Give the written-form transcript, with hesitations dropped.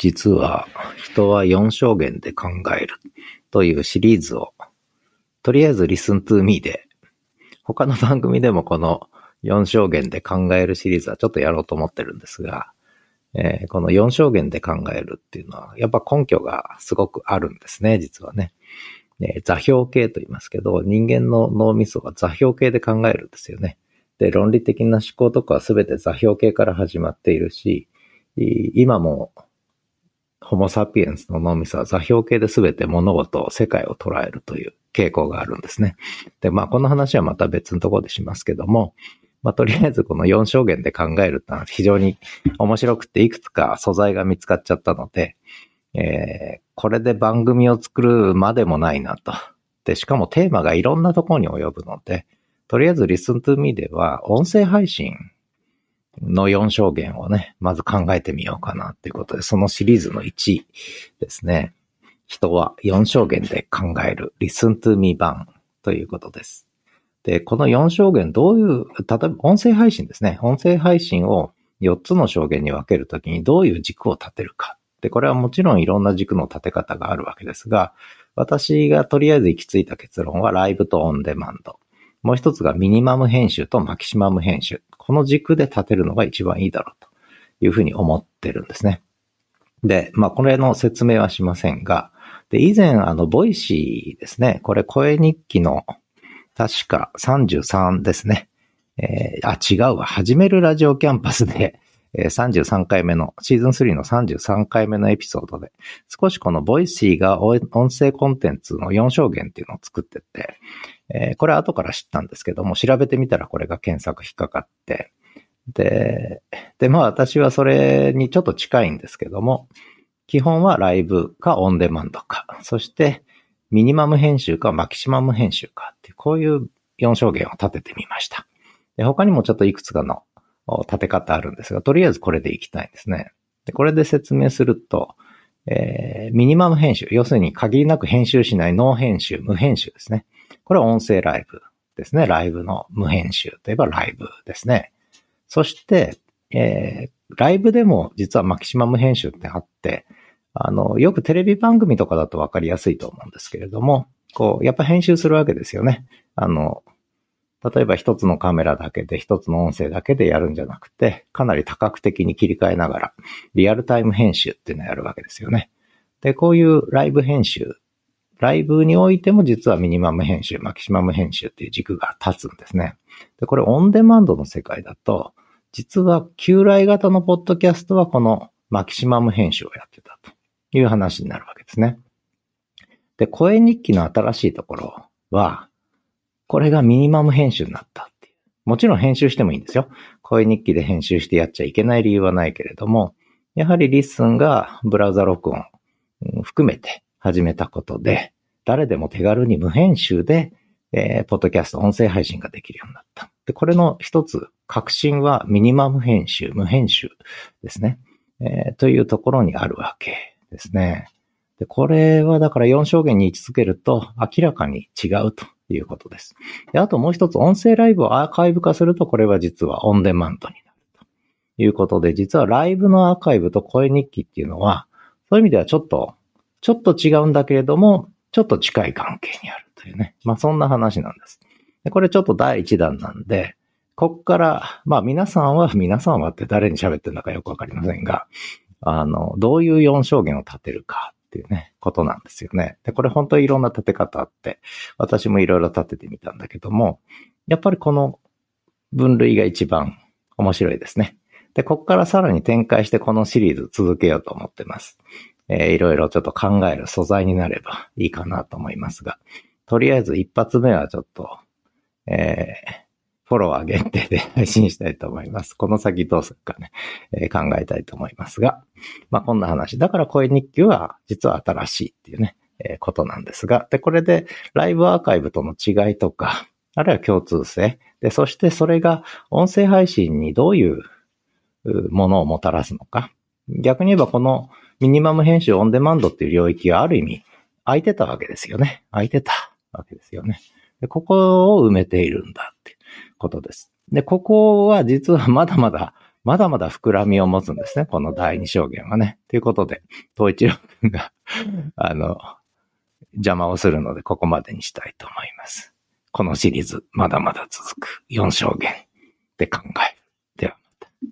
実は人は4証言で考えるというシリーズをとりあえず Listen to Me で他の番組でもこの4証言で考えるシリーズはちょっとやろうと思ってるんですが、この4証言で考えるっていうのはやっぱ根拠がすごくあるんですね、実はね。座標系と言いますけど、人間の脳みそが座標系で考えるんですよね。で、論理的な思考とかは全て座標系から始まっているし、今もホモサピエンスの脳みそは座標系で全て物事を世界を捉えるという傾向があるんですね。で、この話はまた別のところでしますけども、とりあえずこの4証言で考えるというのは非常に面白くていくつか素材が見つかっちゃったので、これで番組を作るまでもないなと。で、しかもテーマがいろんなところに及ぶので、とりあえず Listen to Me では音声配信の4証言をね、まず考えてみようかなということで、そのシリーズの1ですね。人は4証言で考える Listen to Me 版ということです。で、この4証言どういう、例えば音声配信ですね。音声配信を4つの証言に分けるときにどういう軸を立てるか。で、これはもちろんいろんな軸の立て方があるわけですが、私がとりあえず行き着いた結論はライブとオンデマンド。もう一つがミニマム編集とマキシマム編集。この軸で立てるのが一番いいだろうというふうに思ってるんですね。で、これの説明はしませんが、で、以前ボイシーですね。これ声日記の確か33ですね。違うわ。始めるラジオキャンパスで、33回目の、シーズン3の33回目のエピソードで、少しこのボイシーが音声コンテンツの4証言っていうのを作ってて、これ後から知ったんですけども、調べてみたらこれが検索引っかかって、で、私はそれにちょっと近いんですけども、基本はライブかオンデマンドか、そしてミニマム編集かマキシマム編集かっていう、こういう4証言を立ててみました。で、他にもちょっといくつかの立て方あるんですが、とりあえずこれでいきたいんですね。で、これで説明すると、ミニマム編集、要するに限りなく編集しないノー編集、無編集ですね。これは音声ライブですね。ライブの無編集といえばライブですね。そして、ライブでも実はマキシマム編集ってあって、よくテレビ番組とかだとわかりやすいと思うんですけれども、やっぱ編集するわけですよね。例えば一つのカメラだけで一つの音声だけでやるんじゃなくて、かなり多角的に切り替えながら、リアルタイム編集っていうのをやるわけですよね。で、こういうライブ編集、ライブにおいても実はミニマム編集、マキシマム編集っていう軸が立つんですね。で、これオンデマンドの世界だと、実は旧来型のポッドキャストはこのマキシマム編集をやってたという話になるわけですね。で、声日記の新しいところは、これがミニマム編集になったっていう。もちろん編集してもいいんですよ。声日記で編集してやっちゃいけない理由はないけれども、やはりリッスンがブラウザ録音含めて始めたことで、誰でも手軽に無編集で、ポッドキャスト音声配信ができるようになった。で、これの一つ、革新はミニマム編集、無編集ですね。というところにあるわけですね。で、これはだから4証言に位置づけると明らかに違うということです。で、あともう一つ、音声ライブをアーカイブ化すると、これは実はオンデマンドになるということで、実はライブのアーカイブと声日記っていうのは、そういう意味ではちょっと違うんだけれども、ちょっと近い関係にあるというね。そんな話なんです。で、これちょっと第一弾なんで、こっから、皆さんはって誰に喋ってるのかよくわかりませんが、どういう4証言を立てるかっていうね、ことなんですよね。で、これ本当にいろんな立て方あって、私もいろいろ立ててみたんだけども、やっぱりこの分類が一番面白いですね。で、こっからさらに展開してこのシリーズ続けようと思ってます。いろいろちょっと考える素材になればいいかなと思いますが、とりあえず一発目はちょっと、フォロワー限定で配信したいと思います。この先どうするかね、考えたいと思いますが、こんな話。だから声日記は実は新しいっていうね、ことなんですが、で、これでライブアーカイブとの違いとか、あるいは共通性、で、そしてそれが音声配信にどういうものをもたらすのか。逆に言えばこのミニマム編集オンデマンドっていう領域はある意味空いてたわけですよね。空いてたわけですよね。で、ここを埋めているんだってことです。で、ここは実はまだまだまだまだ膨らみを持つんですね、この第二証言はね。ということで、東一郎くんが、邪魔をするので、ここまでにしたいと思います。このシリーズ、まだまだ続く4証言で考える。